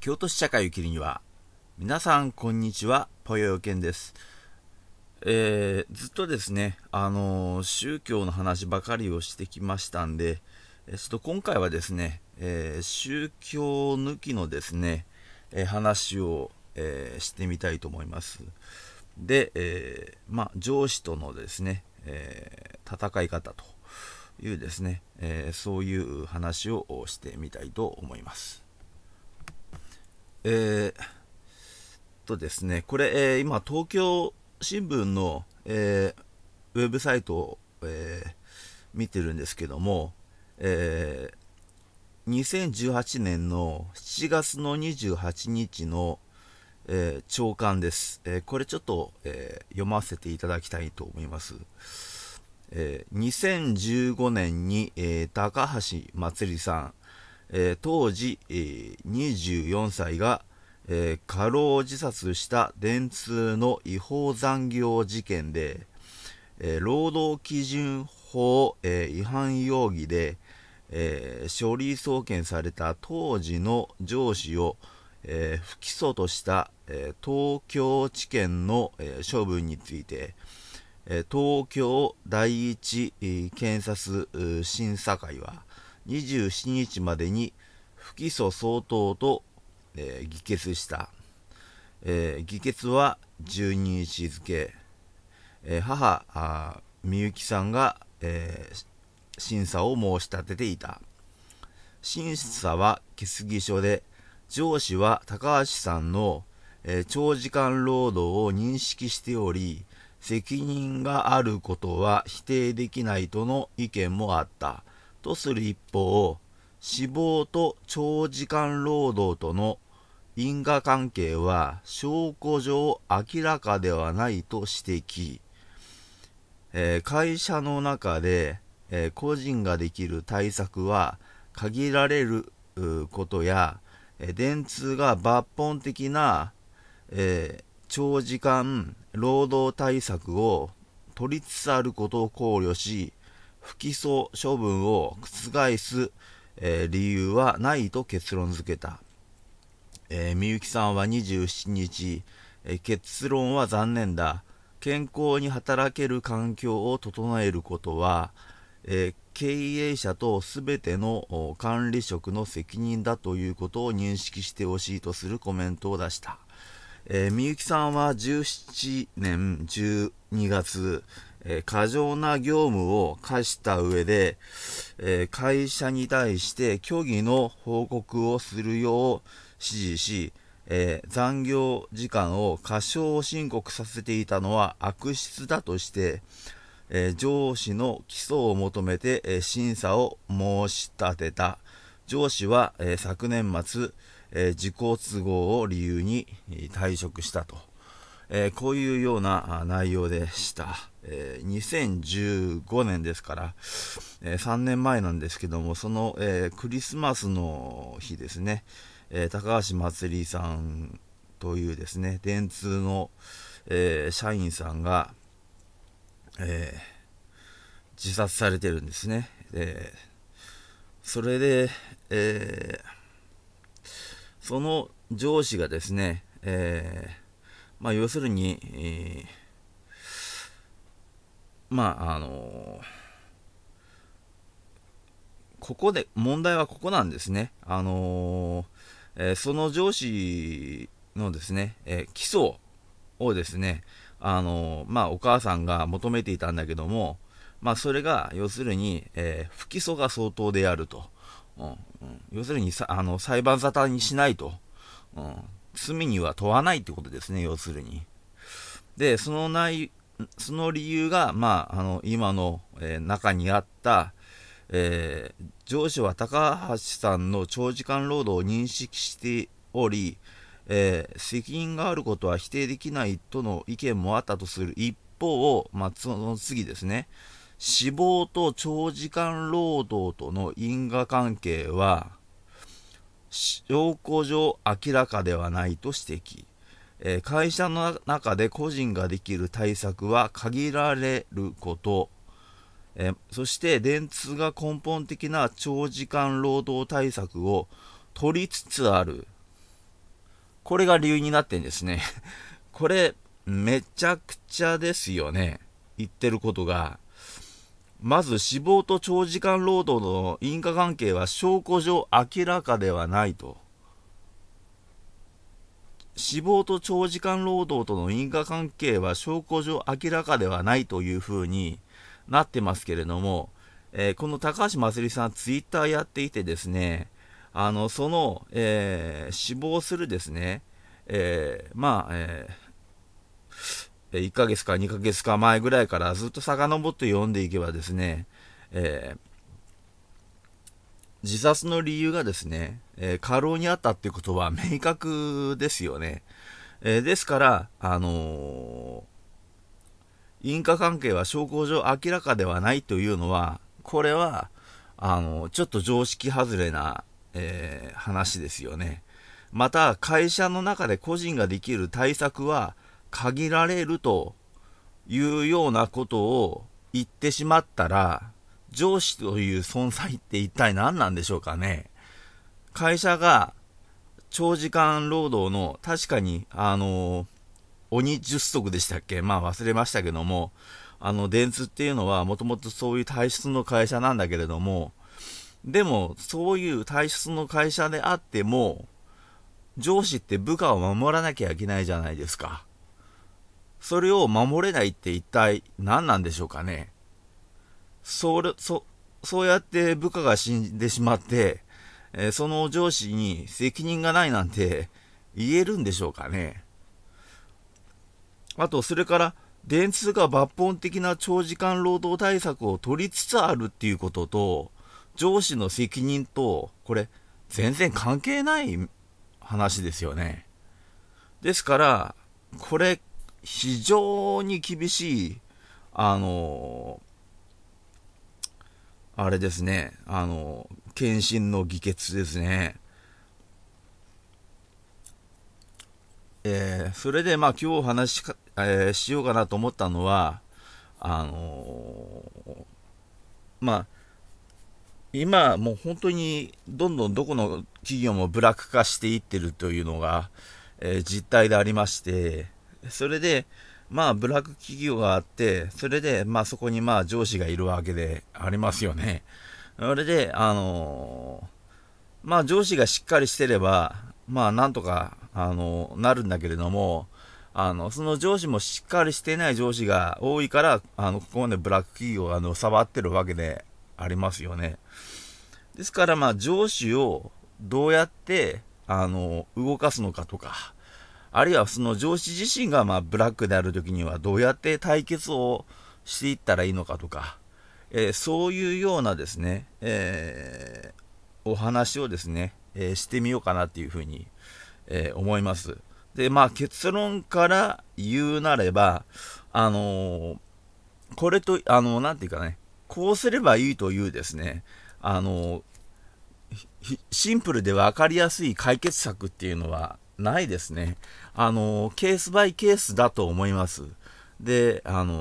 京都市社会を生きるには、皆さんこんにちは、ぽよよけんです。ずっとですね、宗教の話ばかりをしてきましたんで、ちょっと今回はですね、宗教抜きのですね、話を、してみたいと思います。で、上司とのですね、戦い方というですね、そういう話をしてみたいと思います。ですね、これ、今、東京新聞の、ウェブサイトを、見てるんですけども、2018年の7月の28日の、朝刊です。これちょっと、読ませていただきたいと思います。2015年に、高橋まつりさん、当時、24歳が、過労自殺した電通の違法残業事件で、労働基準法、違反容疑で、書類送検された当時の上司を、不起訴とした、東京地検の、処分について、東京第一、検察審査会は27日までに不起訴相当と、議決した。議決は12日付、母みゆきさんが、審査を申し立てていた。審査は決議書で、上司は高橋さんの、長時間労働を認識しており、責任があることは否定できないとの意見もあったとする一方、死亡と長時間労働との因果関係は証拠上明らかではないと指摘。会社の中で、個人ができる対策は限られることや、電通が抜本的な、長時間労働対策を取りつつあることを考慮し、不起訴処分を覆す、理由はないと結論付けた。みゆきさんは27日、結論は残念だ。健康に働ける環境を整えることは、経営者とすべての管理職の責任だということを認識してほしいとするコメントを出した。みゆきさんは17年12月、過剰な業務を課した上で、会社に対して虚偽の報告をするよう指示し、残業時間を過少申告させていたのは悪質だとして、上司の起訴を求めて、審査を申し立てた。上司は、昨年末、自己都合を理由に退職したと、こういうような内容でした。2015年ですから、3年前なんですけども、その、クリスマスの日ですね、高橋まつりさんというですね、電通の、社員さんが、自殺されてるんですね。それで、その上司がですね、要するに、ここで問題はここなんですね。その上司のですね、起訴をですね、お母さんが求めていたんだけども、それが要するに、不起訴が相当であると、要するに裁判沙汰にしないと、罪には問わないってことですね、要するに。で、その理由が、今の、中にあった、上司は高橋さんの長時間労働を認識しており、責任があることは否定できないとの意見もあったとする一方、その次ですね、死亡と長時間労働との因果関係は証拠上明らかではないと指摘。会社の中で個人ができる対策は限られること、そして電通が根本的な長時間労働対策を取りつつある。 これが理由になってんですね。これ、めちゃくちゃですよね。言ってることが。まず死亡と長時間労働の因果関係は証拠上明らかではないと。死亡と長時間労働との因果関係は証拠上明らかではないというふうになってますけれども、この高橋まつりさんツイッターやっていてですね、その、死亡するですね、1ヶ月か2ヶ月か前ぐらいからずっと遡って読んでいけばですね、自殺の理由がですね、過労にあったっていうことは明確ですよね。ですから、因果関係は証拠上明らかではないというのは、これは、ちょっと常識外れな、話ですよね。また、会社の中で個人ができる対策は限られるというようなことを言ってしまったら、上司という存在って一体何なんでしょうかね。会社が長時間労働の、確かに、鬼十足でしたっけ、忘れましたけども、電通っていうのはもともとそういう体質の会社なんだけれども、でも、そういう体質の会社であっても、上司って部下を守らなきゃいけないじゃないですか。それを守れないって一体何なんでしょうかね。そうやって部下が死んでしまって、その上司に責任がないなんて言えるんでしょうかね。あと、それから、電通が抜本的な長時間労働対策を取りつつあるっていうことと、上司の責任と、これ、全然関係ない話ですよね。ですから、これ、非常に厳しい、あれですね、検診の議決ですね。それで今日お話しようかなと思ったのは、あのーまあ、今もう本当にどんどんどこの企業もブラック化していってるというのが、実態でありまして、それで、ブラック企業があって、それで、そこに上司がいるわけでありますよね。それで、上司がしっかりしてれば、なんとか、なるんだけれども、その上司もしっかりしていない上司が多いから、ここまでブラック企業が、触ってるわけでありますよね。ですから、上司をどうやって、動かすのかとか、あるいはその上司自身が、ブラックであるときにはどうやって対決をしていったらいいのかとか、そういうようなですね、お話をですね、してみようかなっていうふうに、思います。で、結論から言うなれば、これと、なんていうかね、こうすればいいというですね、シンプルで分かりやすい解決策っていうのはないですね。ケースバイケースだと思います。で、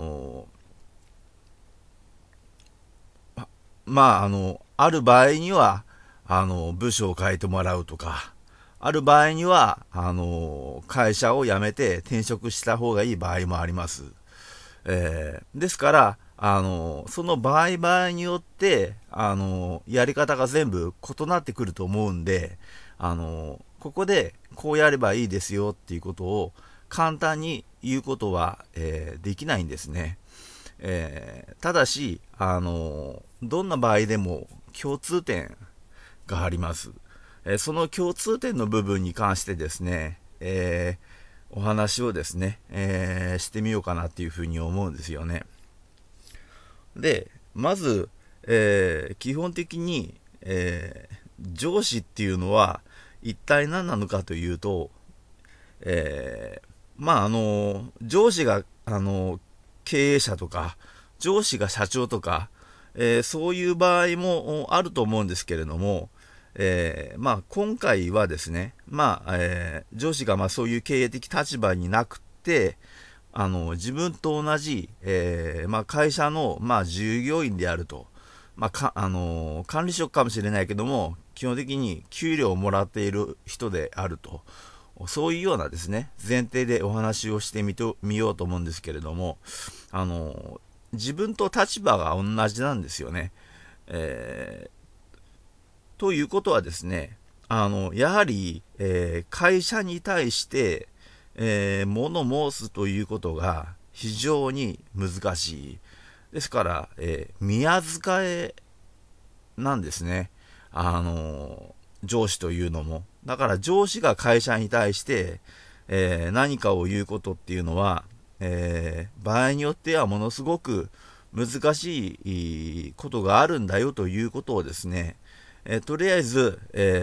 ある場合には、部署を変えてもらうとか、ある場合には、会社を辞めて転職した方がいい場合もあります。ですから、その場合によって、やり方が全部異なってくると思うんで、ここでこうやればいいですよっていうことを簡単に言うことは、できないんですね。ただし、どんな場合でも共通点があります。その共通点の部分に関してですね、お話をですね、してみようかなっていうふうに思うんですよね。で、まず、基本的に、上司っていうのは一体何なのかというと、上司が、経営者とか、上司が社長とか、そういう場合もあると思うんですけれども、今回はですね、上司がそういう経営的立場になくて、自分と同じ、会社の、従業員であると、管理職かもしれないけども、基本的に給料をもらっている人であるとそういうようなですね、前提でお話をしてみようと思うんですけれども、自分と立場が同じなんですよね。ということはですね、やはり、会社に対して、物申すということが非常に難しい。ですから、宮遣えなんですね。上司というのも。だから上司が会社に対して、何かを言うことっていうのは、場合によってはものすごく難しいことがあるんだよということをですね、とりあえず、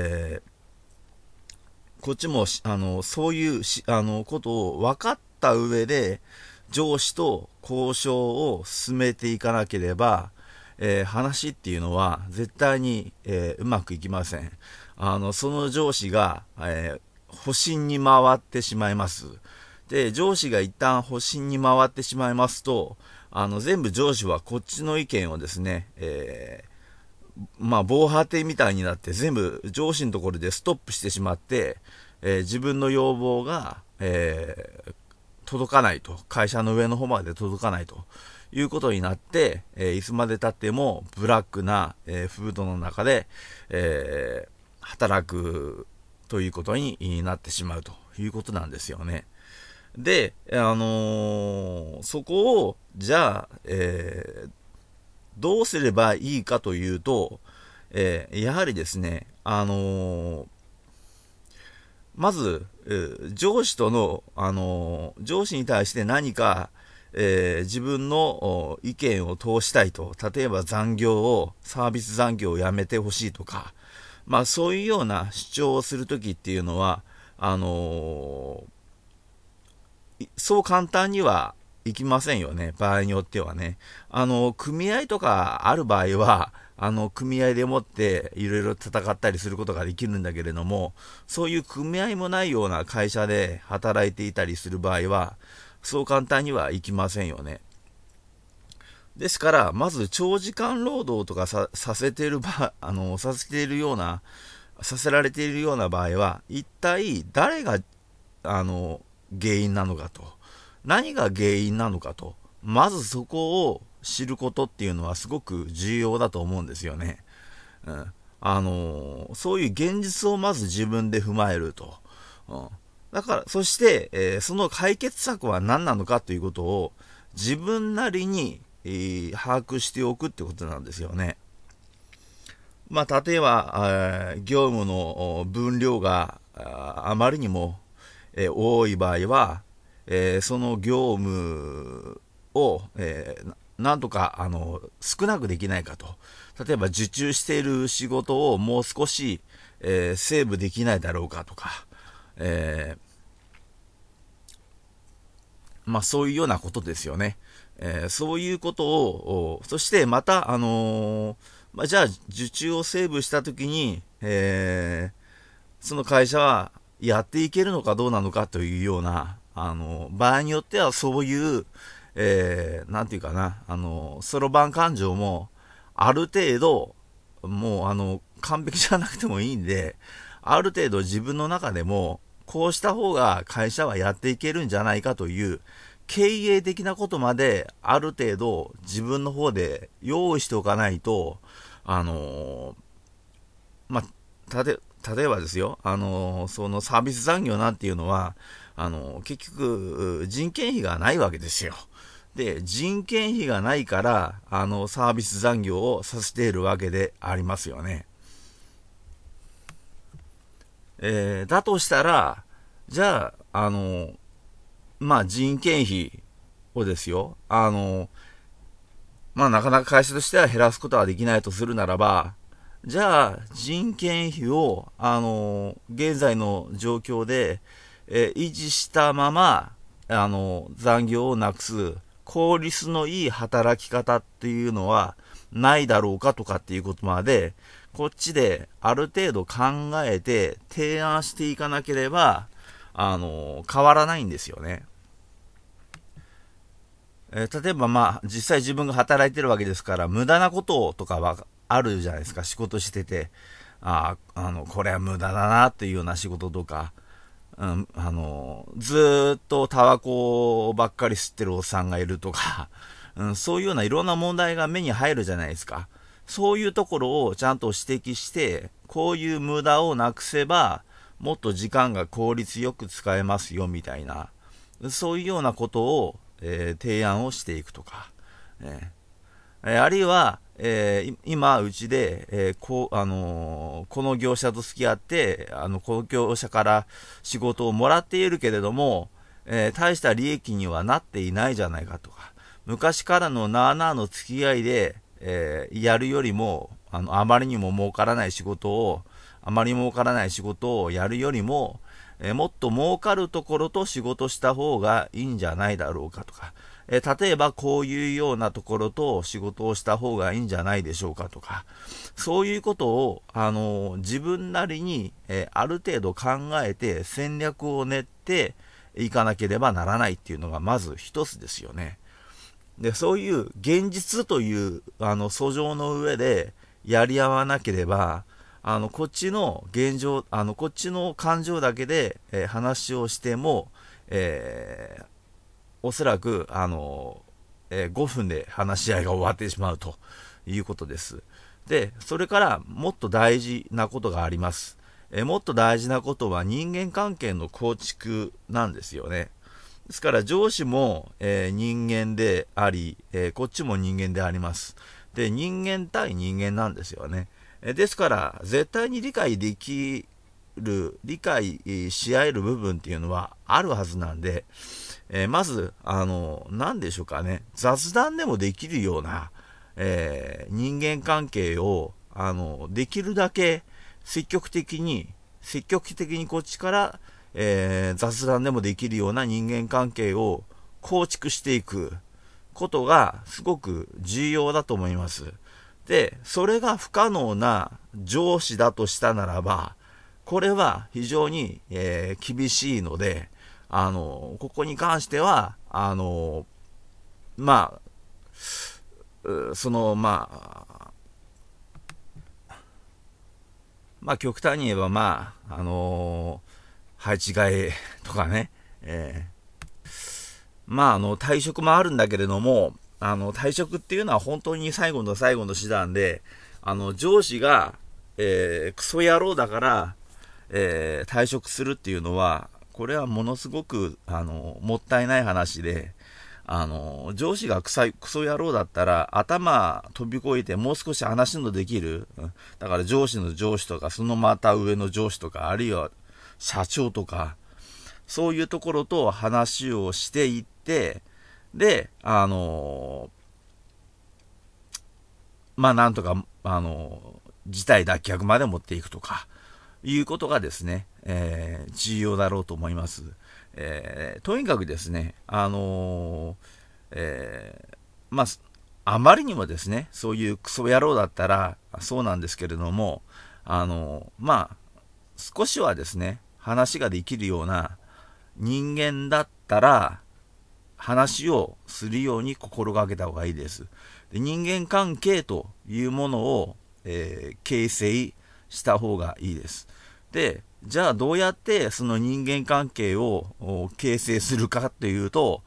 こっちもそういうことを分かった上で上司と交渉を進めていかなければ、話っていうのは絶対に、うまくいきません。その上司が、保身に回ってしまいます。で、上司が一旦保身に回ってしまいますと、全部上司はこっちの意見をですね、防波堤みたいになって全部上司のところでストップしてしまって、自分の要望が、届かないと、会社の上の方まで届かないということになって、いつまで経ってもブラックな、風土の中で、働くということになってしまうということなんですよね。で、そこをじゃあ、どうすればいいかというと、やはりですね、まず、上司との、上司に対して何か、自分の意見を通したいと、例えばサービス残業をやめてほしいとか、そういうような主張をするときっていうのは、そう簡単にはいきませんよね。場合によってはね。組合とかある場合は、組合でもっていろいろ戦ったりすることができるんだけれども、そういう組合もないような会社で働いていたりする場合は、そう簡単にはいきませんよね。ですから、まず長時間労働とかさせているさせられているような場合は、一体誰が、原因なのかと。何が原因なのかと。まずそこを知ることっていうのはすごく重要だと思うんですよね。うん。そういう現実をまず自分で踏まえると。うん。だから、そして、その解決策は何なのかということを自分なりに、把握しておくってことなんですよね。例えば、業務の分量があまりにも、多い場合は、その業務を、なんとか少なくできないかと。例えば受注している仕事をもう少し、セーブできないだろうかとか、そういうようなことですよね。そういうことを、そしてまた、じゃあ受注をセーブしたときに、その会社はやっていけるのかどうなのかというような、場合によってはそういう、なんていうかな、そろばん勘定も、ある程度、もう完璧じゃなくてもいいんで、ある程度自分の中でも、こうした方が会社はやっていけるんじゃないかという、経営的なことまである程度自分の方で用意しておかないと、例えばですよ、そのサービス残業なんていうのは、結局、人件費がないわけですよ。で、人件費がないから、サービス残業をさせているわけでありますよね。だとしたら、じゃあ、人件費をですよ、なかなか会社としては減らすことはできないとするならば、じゃあ、人件費を、現在の状況で、維持したまま、残業をなくす、効率のいい働き方っていうのはないだろうかとかっていうことまで、こっちである程度考えて提案していかなければ、変わらないんですよね。例えば実際自分が働いてるわけですから、無駄なこととかはあるじゃないですか、仕事してて。これは無駄だなっていうような仕事とか。 ずーっとタバコばっかり吸ってるおっさんがいるとか、そういうようないろんな問題が目に入るじゃないですか。そういうところをちゃんと指摘して、こういう無駄をなくせば、もっと時間が効率よく使えますよ、みたいな、そういうようなことを、提案をしていくとか、あるいは、今、うちで、この業者と付き合って、この業者から仕事をもらっているけれども、大した利益にはなっていないじゃないかとか、昔からのなあなあの付き合いで、やるよりも、あまりにも儲からない仕事を、やるよりも、もっと儲かるところと仕事した方がいいんじゃないだろうかとか、例えばこういうようなところと仕事をした方がいいんじゃないでしょうかとか、そういうことを、自分なりに、ある程度考えて戦略を練っていかなければならないっていうのがまず一つですよね。で、そういう現実という、訴状の上でやり合わなければ、こっちの現状、こっちの感情だけで、話をしても、おそらく、5分で話し合いが終わってしまうということです。で、それからもっと大事なことがあります。もっと大事なことは人間関係の構築なんですよね。ですから上司も、人間であり、こっちも人間であります。で、人間対人間なんですよね。ですから絶対に理解し合える部分っていうのはあるはずなんで、まず何でしょうかね、雑談でもできるような、人間関係をできるだけ積極的にこっちから、雑談でもできるような人間関係を構築していくことがすごく重要だと思います。で、それが不可能な上司だとしたならば、これは非常に、厳しいので、ここに関しては、まあ、極端に言えば、配置換えとかね、退職もあるんだけれども、退職っていうのは本当に最後の最後の手段で、上司が、クソ野郎だから、退職するっていうのは、これはものすごく、もったいない話で、上司がクソ野郎だったら、頭飛び越えてもう少し話のできる。だから上司の上司とか、そのまた上の上司とか、あるいは社長とか、そういうところと話をしていって、で、なんとか、事態脱却まで持っていくとか、いうことがですね、重要だろうと思います。とにかくですね、あまりにもですね、そういうクソ野郎だったら、そうなんですけれども、少しはですね、話ができるような人間だったら、話をするように心がけた方がいいです。で、人間関係というものを、形成した方がいいです。で、じゃあどうやってその人間関係を形成するかっていうと、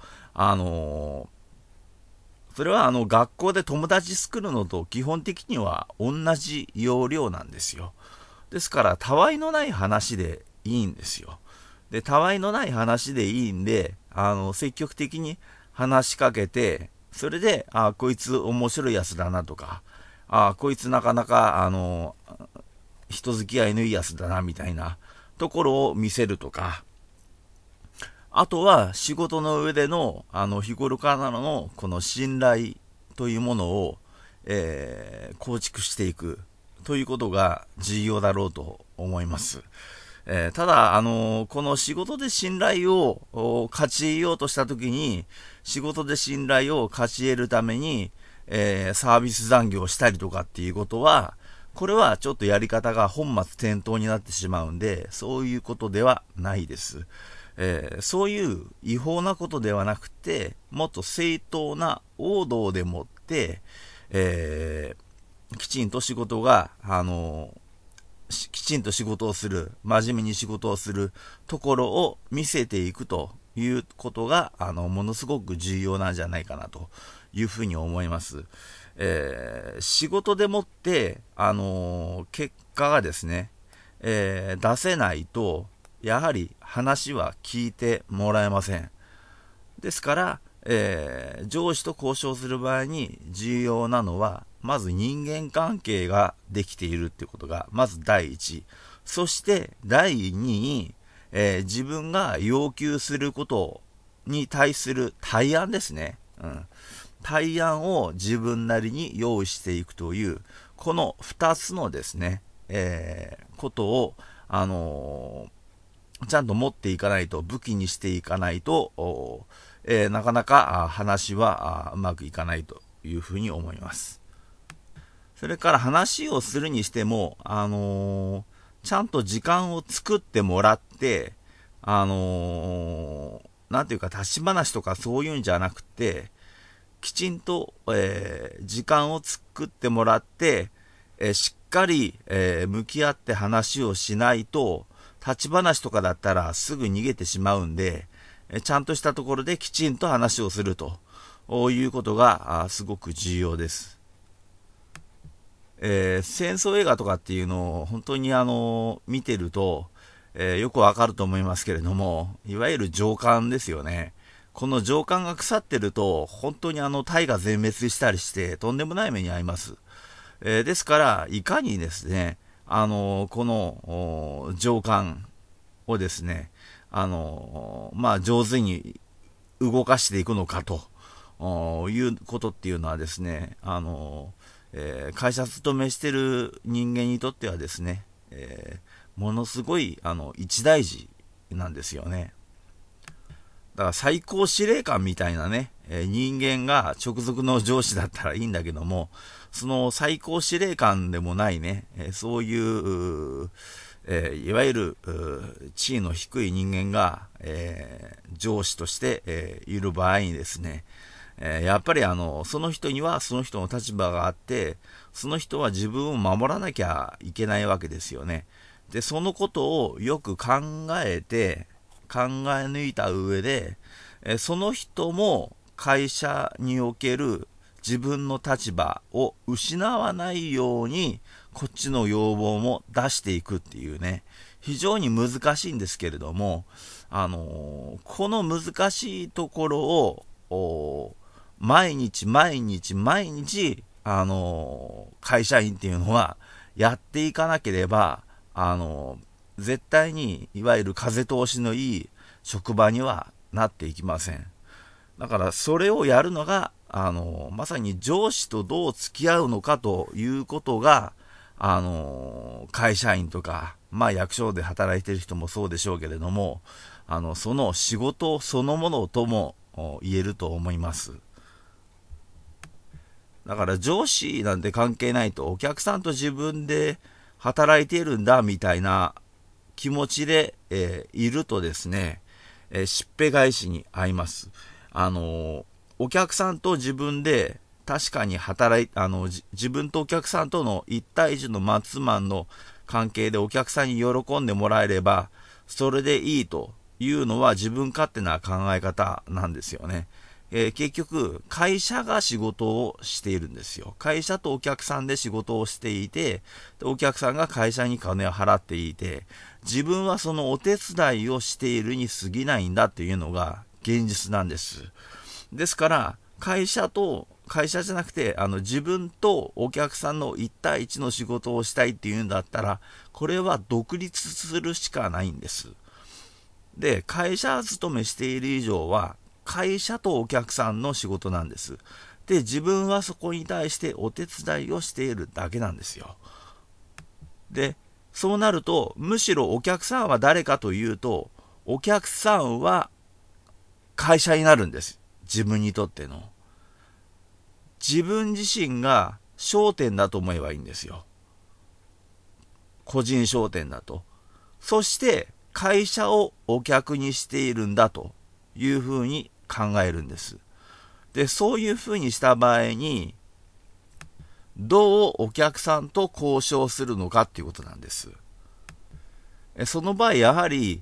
それは学校で友達作るのと基本的には同じ要領なんですよ。ですからたわいのない話でいいんですよ。で、たわいのない話でいいんで、積極的に話しかけて、それで、こいつ面白いやつだなとか、こいつなかなか、人付き合いのいいやつだな、みたいなところを見せるとか、あとは仕事の上での、日頃からのこの信頼というものを、構築していくということが重要だろうと思います。ただ、この仕事で信頼を勝ち得ようとしたときに、仕事で信頼を勝ち得るために、サービス残業をしたりとかっていうことは、これはちょっとやり方が本末転倒になってしまうんで、そういうことではないです。そういう違法なことではなくて、もっと正当な王道でもって、きちんと仕事が、 きちんと仕事をする、真面目に仕事をするところを見せていくということが、ものすごく重要なんじゃないかなというふうに思います。仕事でもって、結果がですね、出せないと、やはり話は聞いてもらえません。ですから、上司と交渉する場合に重要なのは、まず人間関係ができているっていうことが、まず第一。そして第二に、自分が要求することに対する対案ですね。対案を自分なりに用意していくという、この二つのですね、ことを、ちゃんと持っていかないと、武器にしていかないと、なかなか話はうまくいかないというふうに思います。それから話をするにしても、ちゃんと時間を作ってもらって、なんていうか立ち話とかそういうんじゃなくて、きちんと、時間を作ってもらって、しっかり、向き合って話をしないと、立ち話とかだったらすぐ逃げてしまうんで、ちゃんとしたところできちんと話をするということがすごく重要です。戦争映画とかっていうのを本当に見てると、よくわかると思いますけれども、いわゆる上官ですよね。この上官が腐ってると、本当に隊が全滅したりして、とんでもない目に遭います。ですから、いかにですね、この上官をですね、上手に動かしていくのかということっていうのはですね、会社勤めしてる人間にとってはですね、ものすごい一大事なんですよね。だから最高司令官みたいなね、人間が直属の上司だったらいいんだけども、その最高司令官でもないね、そういういわゆる地位の低い人間が、上司として、いる場合にですね、やっぱりその人にはその人の立場があって、その人は自分を守らなきゃいけないわけですよね。で、そのことをよく考え抜いた上で、その人も会社における自分の立場を失わないように、こっちの要望も出していくっていうね、非常に難しいんですけれども、この難しいところを、毎日、会社員っていうのはやっていかなければ、絶対にいわゆる風通しのいい職場にはなっていきません。だからそれをやるのがまさに上司とどう付き合うのかということが会社員とか、役所で働いている人もそうでしょうけれども、その仕事そのものとも言えると思います。だから上司なんて関係ないと、お客さんと自分で働いているんだみたいな気持ちで、いるとですね、しっぺ返しに遭います。お客さんと自分で確かに自分とお客さんとの1対1のマンツーマンの関係でお客さんに喜んでもらえればそれでいいというのは自分勝手な考え方なんですよね。結局会社が仕事をしているんですよ。会社とお客さんで仕事をしていて、お客さんが会社に金を払っていて、自分はそのお手伝いをしているに過ぎないんだというのが現実なんです。ですから会社じゃなくて自分とお客さんの1対1の仕事をしたいっていうんだったら、これは独立するしかないんです。で、会社勤めしている以上は会社とお客さんの仕事なんです。で、自分はそこに対してお手伝いをしているだけなんですよ。で、そうなると、むしろお客さんは誰かというと、お客さんは会社になるんです。自分にとっての。自分自身が商店だと思えばいいんですよ。個人商店だと。そして、会社をお客にしているんだというふうに考えるんです。で、そういうふうにした場合に、どうお客さんと交渉するのかっていうことなんです。 その場合、やはり、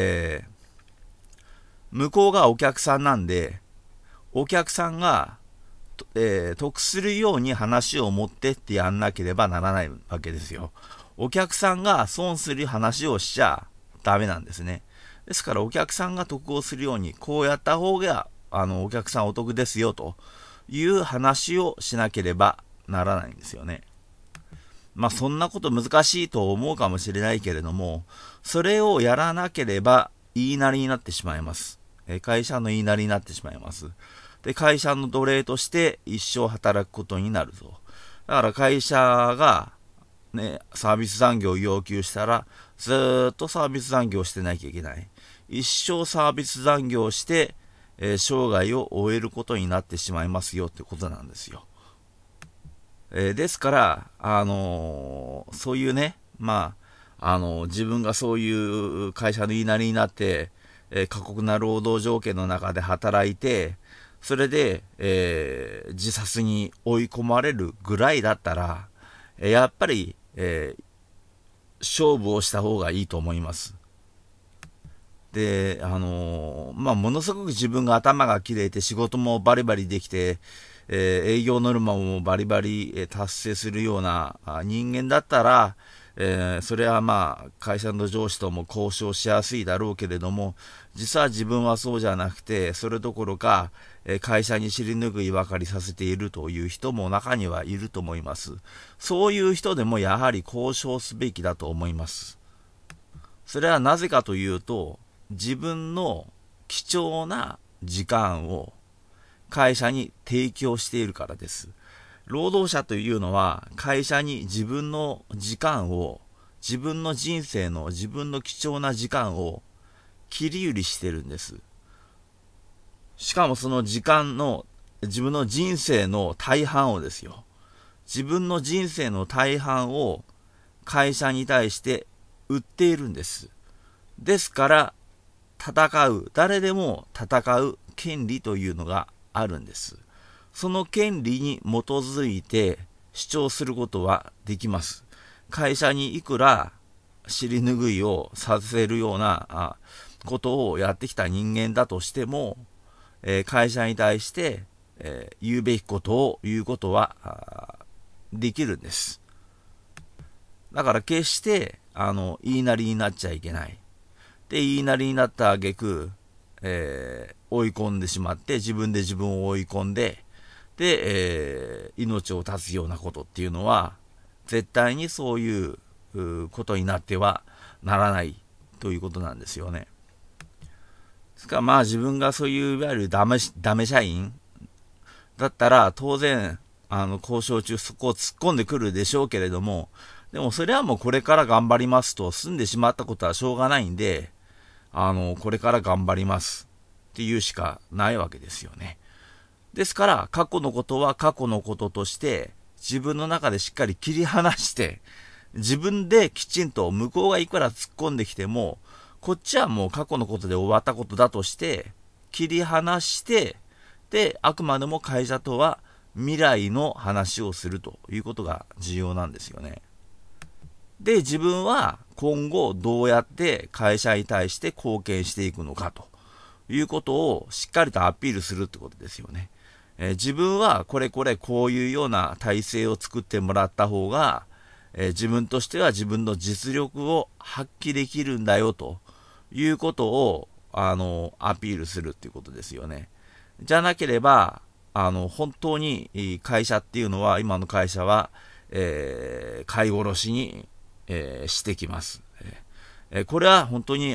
向こうがお客さんなんで、お客さんが、得するように話を持ってってやんなければならないわけですよ。お客さんが損する話をしちゃダメなんですね。ですからお客さんが得をするように、こうやった方が、お客さんお得ですよという話をしなければならないんですよね。まあそんなこと難しいと思うかもしれないけれども、それをやらなければ言いなりになってしまいます。会社の言いなりになってしまいます。で、会社の奴隷として一生働くことになると。だから会社がね、サービス残業を要求したら、ずーっとサービス残業をしてなきゃいけない。一生サービス残業をして、生涯を終えることになってしまいますよってことなんですよ。ですから、そういうね、自分がそういう会社の言いなりになって、過酷な労働条件の中で働いて、それで、自殺に追い込まれるぐらいだったら、やっぱり、勝負をした方がいいと思います。で、ものすごく自分が頭が切れて仕事もバリバリできて、営業ノルマもバリバリ達成するような人間だったら、それは会社の上司とも交渉しやすいだろうけれども、実は自分はそうじゃなくて、それどころか、会社に尻拭いばかりさせているという人も中にはいると思います。そういう人でもやはり交渉すべきだと思います。それはなぜかというと、自分の貴重な時間を会社に提供しているからです。労働者というのは会社に自分の時間を、自分の人生の自分の貴重な時間を切り売りしてるんです。しかもその時間の自分の人生の大半をですよ。自分の人生の大半を会社に対して売っているんです。ですから誰でも戦う権利というのがあるんです。その権利に基づいて主張することはできます。会社にいくら尻拭いをさせるようなことをやってきた人間だとしても、会社に対して、言うべきことを言うことはできるんです。だから決して言いなりになっちゃいけない。で、言いなりになった挙句、追い込んでしまって、自分で自分を追い込んで、で、命を絶つようなことっていうのは、絶対にそういうことになってはならないということなんですよね。ですから自分がそういういわゆるダメ社員だったら、当然、交渉中そこを突っ込んでくるでしょうけれども、でもそれはもうこれから頑張りますと、済んでしまったことはしょうがないんで、これから頑張りますっていうしかないわけですよね。ですから、過去のことは過去のこととして、自分の中でしっかり切り離して、自分できちんと向こうがいくら突っ込んできても、こっちはもう過去のことで終わったことだとして、切り離して、で、あくまでも会社とは未来の話をするということが重要なんですよね。で、自分は今後どうやって会社に対して貢献していくのかということをしっかりとアピールするってことですよね。自分はこういうような体制を作ってもらった方が、自分としては自分の実力を発揮できるんだよということをアピールするっていうことですよね。じゃなければ本当に会社っていうのは、今の会社は、飼い殺しにしてきます。これは本当に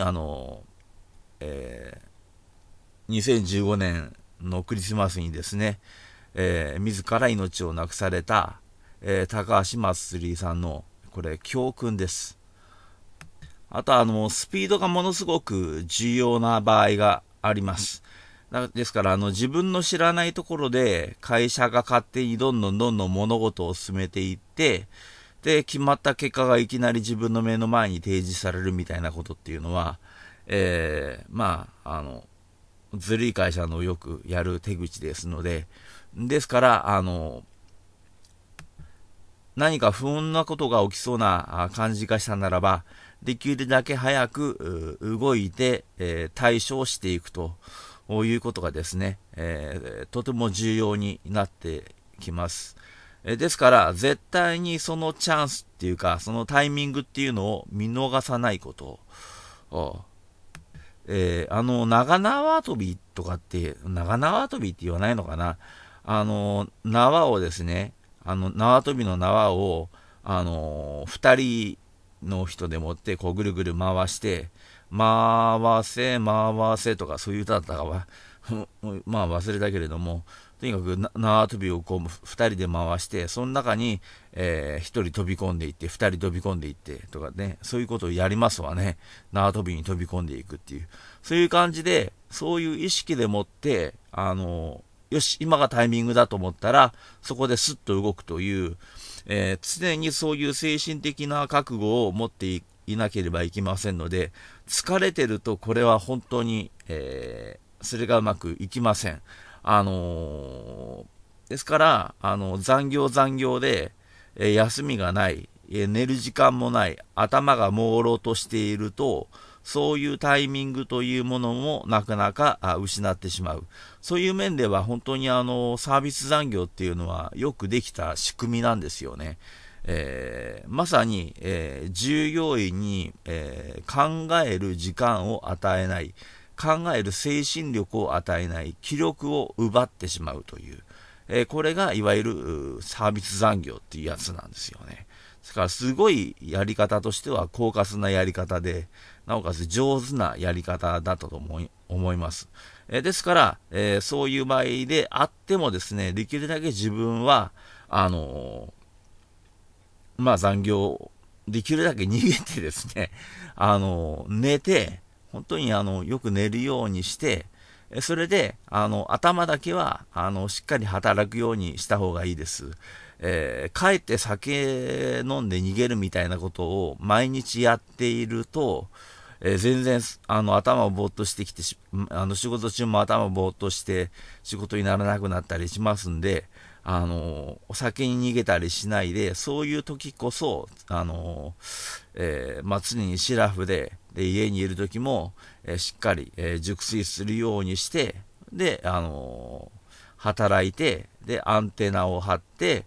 2015年のクリスマスにですね、自ら命をなくされた、高橋マスリーさんのこれ教訓です。あとはスピードがものすごく重要な場合があります。ですから自分の知らないところで会社が勝手にどんどん物事を進めていって、で決まった結果がいきなり自分の目の前に提示されるみたいなことっていうのは、ずるい会社のよくやる手口ですので、ですから何か不穏なことが起きそうな感じがしたならば、 できるだけ早く動いて、対処していくということがですね、とても重要になってきます。ですから絶対にそのチャンスっていうかそのタイミングっていうのを見逃さないことを、長縄跳びとかって、長縄跳びって言わないのかな、縄をですね、縄跳びの縄を、二人の人でもって、こう、ぐるぐる回して、回せとか、そういう歌だったかは、まあ忘れたけれども、とにかく縄跳びをこう2人で回して、その中に、1人飛び込んでいって、2人飛び込んでいってとかね、そういうことをやりますわね。縄跳びに飛び込んでいくっていう。そういう感じで、そういう意識でもって、よし、今がタイミングだと思ったら、そこでスッと動くという、常にそういう精神的な覚悟を持っていなければいけませんので、疲れてるとこれは本当に、それがうまくいきません。ですから、残業で、休みがない、寝る時間もない、頭が朦朧としていると、そういうタイミングというものもなかなか失ってしまう。そういう面では本当にサービス残業っていうのはよくできた仕組みなんですよね。まさに、従業員に、考える時間を与えない。考える精神力を与えない、気力を奪ってしまうという、これがいわゆるサービス残業っていうやつなんですよね。ですからすごいやり方としては狡猾なやり方で、なおかつ上手なやり方だと思います。ですから、そういう場合であってもですね、できるだけ自分は、残業、できるだけ逃げてですね、寝て、本当によく寝るようにして、それで、頭だけは、しっかり働くようにした方がいいです。帰って酒飲んで逃げるみたいなことを毎日やっていると、全然、頭をぼーっとしてきて仕事中も頭をぼーっとして仕事にならなくなったりしますんで、お酒に逃げたりしないで、そういう時こそ、常にシラフで、家にいる時も、しっかり、熟睡するようにして、で、働いて、で、アンテナを張って、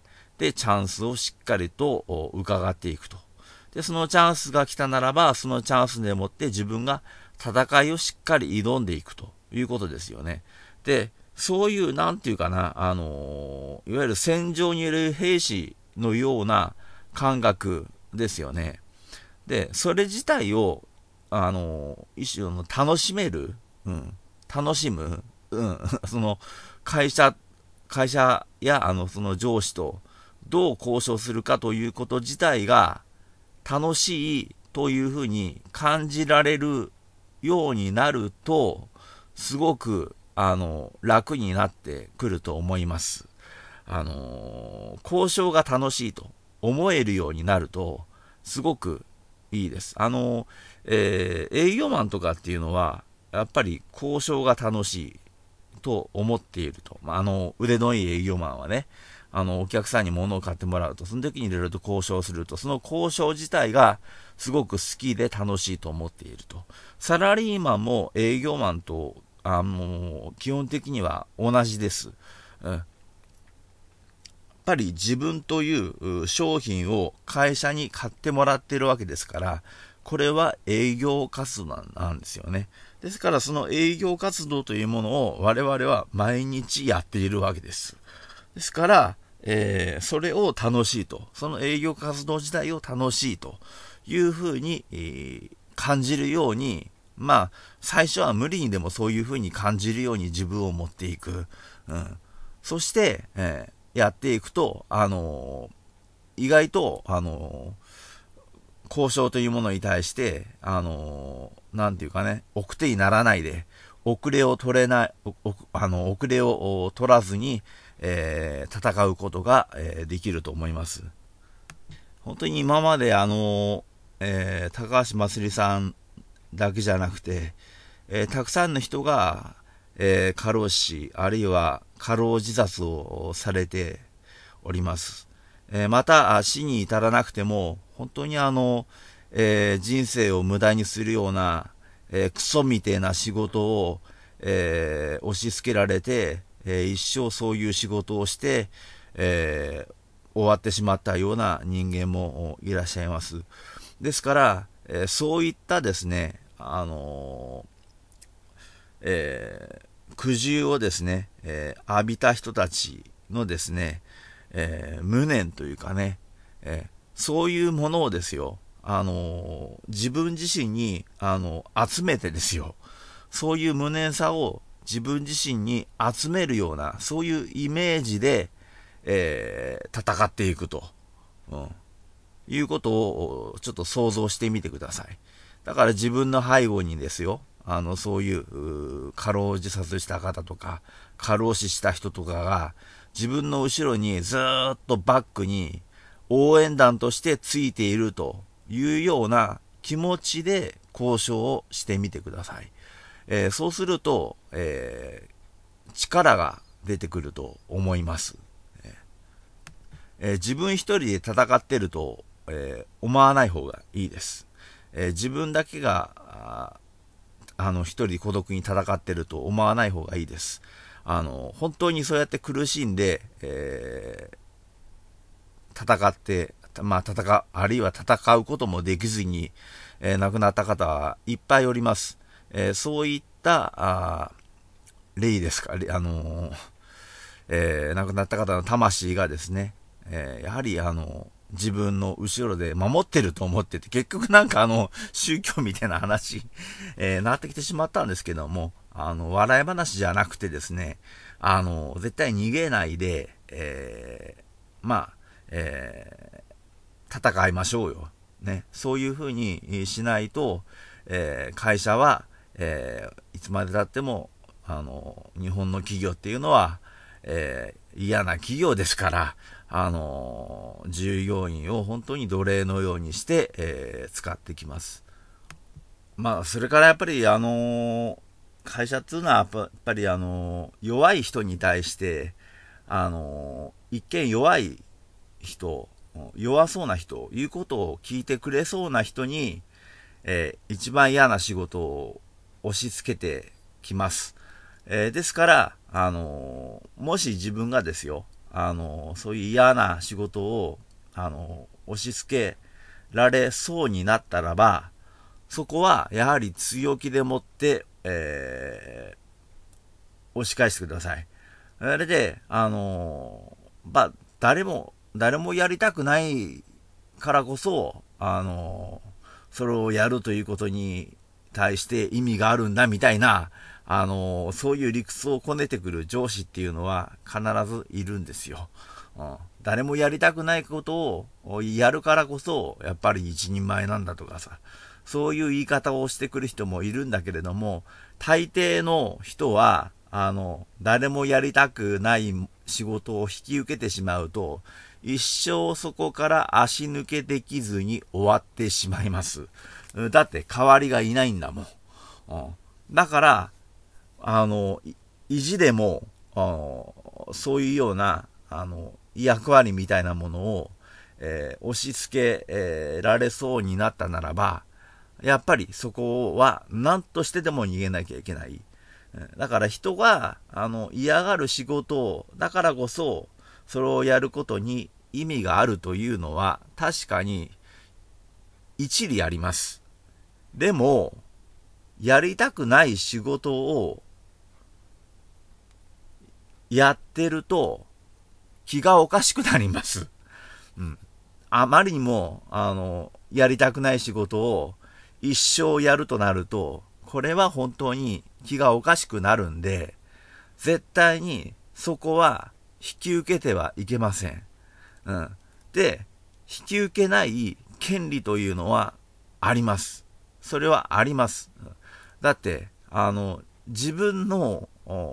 で、チャンスをしっかりと伺っていくと。で、そのチャンスが来たならば、そのチャンスでもって自分が戦いをしっかり挑んでいくということですよね。で、そういう、なんていうかな、いわゆる戦場にいる兵士のような感覚ですよね。で、それ自体を、一種の楽しめる、楽しむ、その会社や、その上司とどう交渉するかということ自体が楽しいというふうに感じられるようになると、すごく、楽になってくると思います。交渉が楽しいと思えるようになると、すごくいいです。営業マンとかっていうのは、やっぱり交渉が楽しいと思っていると。腕のいい営業マンはね、お客さんに物を買ってもらうと、その時にいろいろと交渉すると、その交渉自体がすごく好きで楽しいと思っていると。サラリーマンも営業マンと、基本的には同じです。やっぱり自分という商品を会社に買ってもらっているわけですから、これは営業活動なんですよね。ですからその営業活動というものを我々は毎日やっているわけです。ですから、それを楽しいと、その営業活動自体を楽しいというふうに、感じるように、最初は無理にでもそういうふうに感じるように自分を持っていく。そして、やっていくと、意外と、交渉というものに対して、なんていうかね、奥手にならないで、遅れを取らずに、戦うことが、できると思います。本当に今まで高橋まつりさんだけじゃなくて、たくさんの人が、過労死あるいは過労自殺をされております。また死に至らなくても本当に人生を無駄にするような、クソみてえな仕事を、押し付けられて、一生そういう仕事をして、終わってしまったような人間もいらっしゃいます。ですから、そういったですね、苦渋をですね、浴びた人たちのですね、無念というかね、そういうものをですよ、自分自身に集めてですよ、そういう無念さを自分自身に集めるような、そういうイメージで、戦っていくと、いうことをちょっと想像してみてください。だから自分の背後にですよ、そういう過労自殺した方とか、過労死した人とかが、自分の後ろにずーっとバックに応援団としてついているというような気持ちで交渉をしてみてください。そうすると、力が出てくると思います。自分一人で戦ってると、思わない方がいいです。自分だけが一人で孤独に戦ってると思わない方がいいです。本当にそうやって苦しんで、戦って、あるいは戦うこともできずに、亡くなった方はいっぱいおります。そういった例ですか、亡くなった方の魂がですね、やはり自分の後ろで守ってると思ってて、結局なんか宗教みたいな話、なってきてしまったんですけども、笑い話じゃなくてですね、絶対逃げないで、戦いましょうよ。ね。そういうふうにしないと、会社は、いつまで経っても、日本の企業っていうのは、嫌な企業ですから、従業員を本当に奴隷のようにして、使ってきます。それからやっぱり、会社っていうのはやっぱり弱い人に対して、一見弱い人、弱そうな人、言うことを聞いてくれそうな人に、一番嫌な仕事を押し付けてきます。ですから、もし自分がですよ、そういう嫌な仕事を、押し付けられそうになったらば、そこはやはり強気でもって、押し返してください。それで、誰もやりたくないからこそ、それをやるということに対して意味があるんだみたいな、そういう理屈をこねてくる上司っていうのは必ずいるんですよ。誰もやりたくないことをやるからこそ、やっぱり一人前なんだとかさ、そういう言い方をしてくる人もいるんだけれども、大抵の人は、誰もやりたくない仕事を引き受けてしまうと、一生そこから足抜けできずに終わってしまいます。だって代わりがいないんだもん。だから、意地でも、そういうような、役割みたいなものを、押し付け、られそうになったならば、やっぱりそこは何としてでも逃げなきゃいけない。だから人が、嫌がる仕事を、だからこそ、それをやることに意味があるというのは、確かに、一理あります。でも、やりたくない仕事を、やってると、気がおかしくなります。あまりにも、やりたくない仕事を一生やるとなると、これは本当に気がおかしくなるんで、絶対にそこは引き受けてはいけません。で、引き受けない権利というのはあります。それはあります。だって、自分の、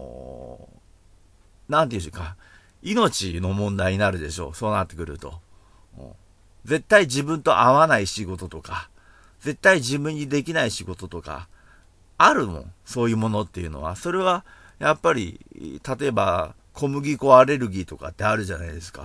なんていうんでしょうか、命の問題になるでしょう。そうなってくると。絶対自分と合わない仕事とか、絶対自分にできない仕事とか、あるもん。そういうものっていうのは。それは、やっぱり、例えば、小麦粉アレルギーとかってあるじゃないですか。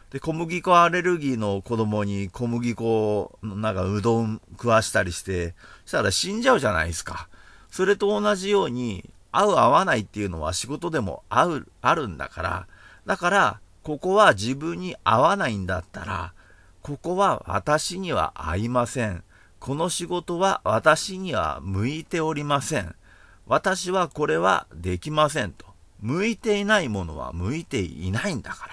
で、小麦粉アレルギーの子供に小麦粉のうどん食わしたりして、そしたら死んじゃうじゃないですか。それと同じように、合う合わないっていうのは仕事でもあるんだから、だから、ここは自分に合わないんだったら、ここは私には合いません。この仕事は私には向いておりません。私はこれはできませんと。向いていないものは向いていないんだから。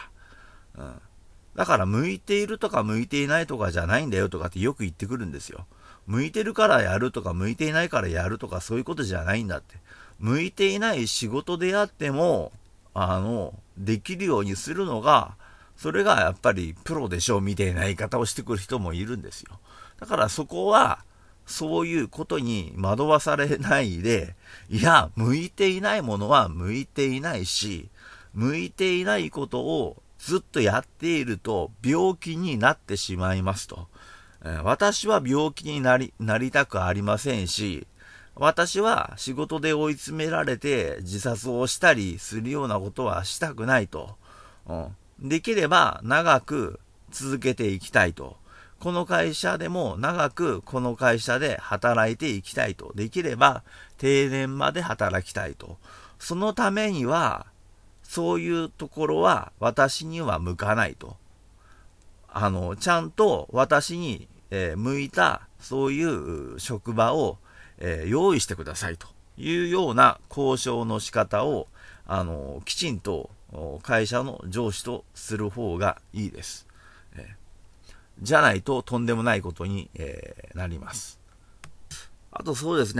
だから向いているとか向いていないとかじゃないんだよとかってよく言ってくるんですよ。向いてるからやるとか向いていないからやるとかそういうことじゃないんだって。向いていない仕事であっても、できるようにするのが、それがやっぱりプロでしょみたいな言い方をしてくる人もいるんですよ。だからそこは、そういうことに惑わされないで、いや、向いていないものは向いていないし、向いていないことをずっとやっていると病気になってしまいますと。私は病気になりたくありませんし、私は仕事で追い詰められて自殺をしたりするようなことはしたくないと。できれば長く続けていきたいと。この会社でも長くこの会社で働いていきたいと。できれば定年まで働きたいと。そのためには、そういうところは私には向かないと。ちゃんと私に、向いたそういう職場を、用意してくださいというような交渉の仕方を、きちんと会社の上司とする方がいいです。じゃないととんでもないことに、なります。あとそうですね、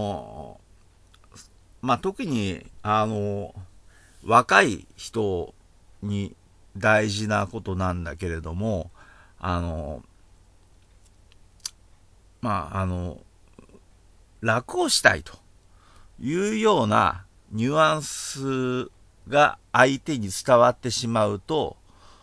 特に、若い人に大事なことなんだけれども、楽をしたいというようなニュアンスが相手に伝わってしまうと、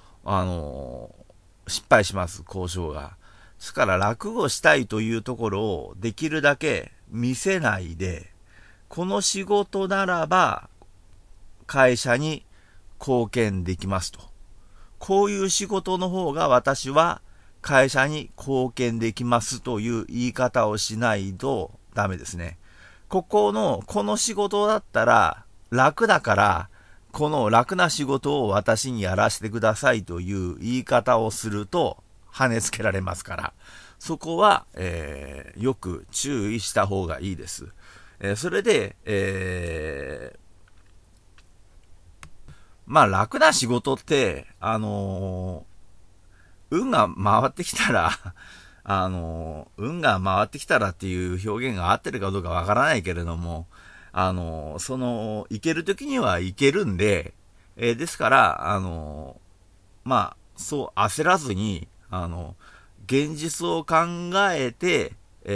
失敗します、交渉が。ですから楽をしたいというところをできるだけ見せないで、この仕事ならば会社に貢献できますと。こういう仕事の方が私は会社に貢献できますという言い方をしないとダメですね。この仕事だったら楽だから、この楽な仕事を私にやらせてくださいという言い方をすると跳ねつけられますから、そこは、よく注意した方がいいです。それで、楽な仕事って、運が回ってきたら運が回ってきたらっていう表現が合ってるかどうかわからないけれども、行ける時には行けるんで、ですから、そう焦らずに、現実を考えて、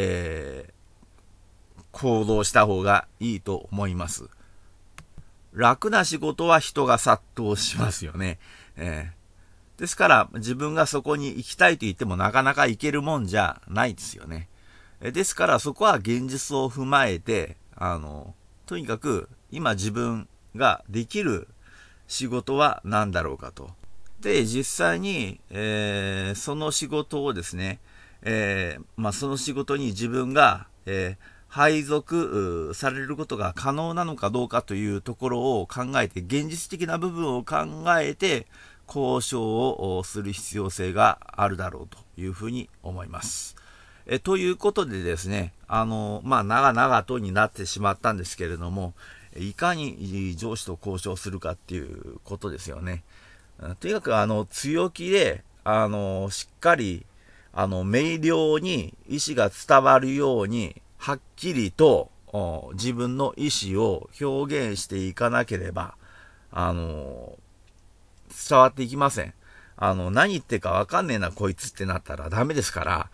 行動した方がいいと思います。楽な仕事は人が殺到しますよね。ですから自分がそこに行きたいと言ってもなかなか行けるもんじゃないですよね。ですからそこは現実を踏まえて、とにかく今自分ができる仕事は何だろうかと。で、実際に、その仕事をですね、その仕事に自分が、配属されることが可能なのかどうかというところを考えて、現実的な部分を考えて交渉をする必要性があるだろうというふうに思います。ということでですね、長々とになってしまったんですけれども、いかに上司と交渉するかっていうことですよね。とにかく強気で、しっかり、明瞭に意思が伝わるように、はっきりと自分の意思を表現していかなければ、伝わっていきません。何言ってるかわかんねえなこいつってなったらダメですから、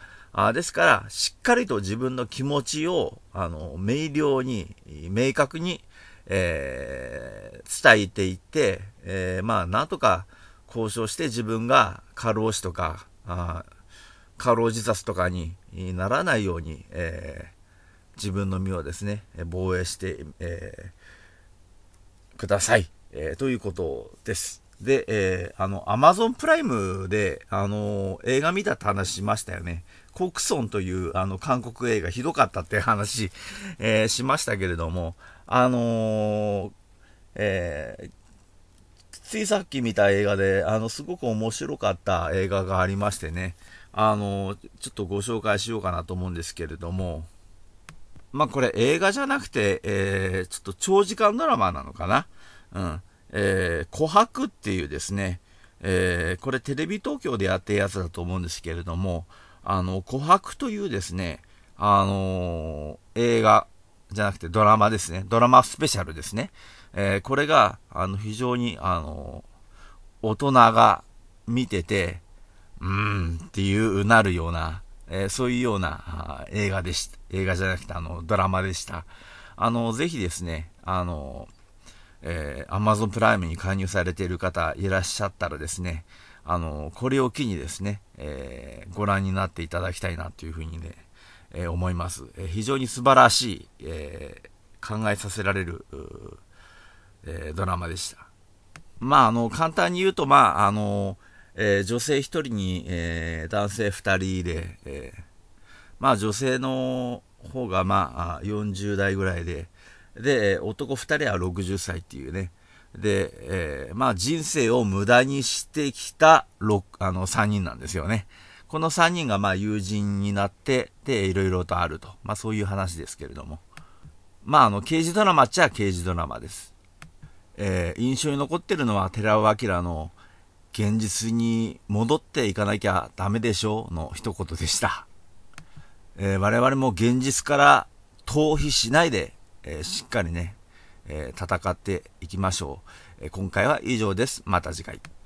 ですから、しっかりと自分の気持ちを、明瞭に、明確に、伝えていって、なんとか交渉して自分が過労死とか、過労自殺とかにならないように、自分の身をですね、防衛して、ください、ということです。 で、アマゾンプライムで、映画見たって話しましたよね。コクソンという、韓国映画ひどかったって話、しましたけれども、ついさっき見た映画で、すごく面白かった映画がありましてね、ちょっとご紹介しようかなと思うんですけれども、まあこれ映画じゃなくて、ちょっと長時間ドラマなのかな。うん。琥珀っていうですね、これテレビ東京でやってるやつだと思うんですけれども、琥珀というですね、映画じゃなくてドラマですね。ドラマスペシャルですね。これが、非常に、大人が見てて、っていうなるような、そういうような映画でした。映画じゃなくてドラマでした。ぜひですね、Amazon プライムに加入されている方いらっしゃったらですね、これを機にですね、ご覧になっていただきたいなというふうにね、思います。非常に素晴らしい、考えさせられる、ドラマでした。まあ、簡単に言うと、まあ、女性一人に、男性二人で、まあ女性の方がまあ40代ぐらいで、男二人は60歳っていうね。で、まあ人生を無駄にしてきた3人なんですよね。この3人がまあ友人になって、で、いろいろとあると。まあそういう話ですけれども。まあ刑事ドラマっちゃ刑事ドラマです。印象に残ってるのは寺尾明の現実に戻っていかなきゃダメでしょの一言でした。我々も現実から逃避しないで、しっかりね、戦っていきましょう。今回は以上です。また次回。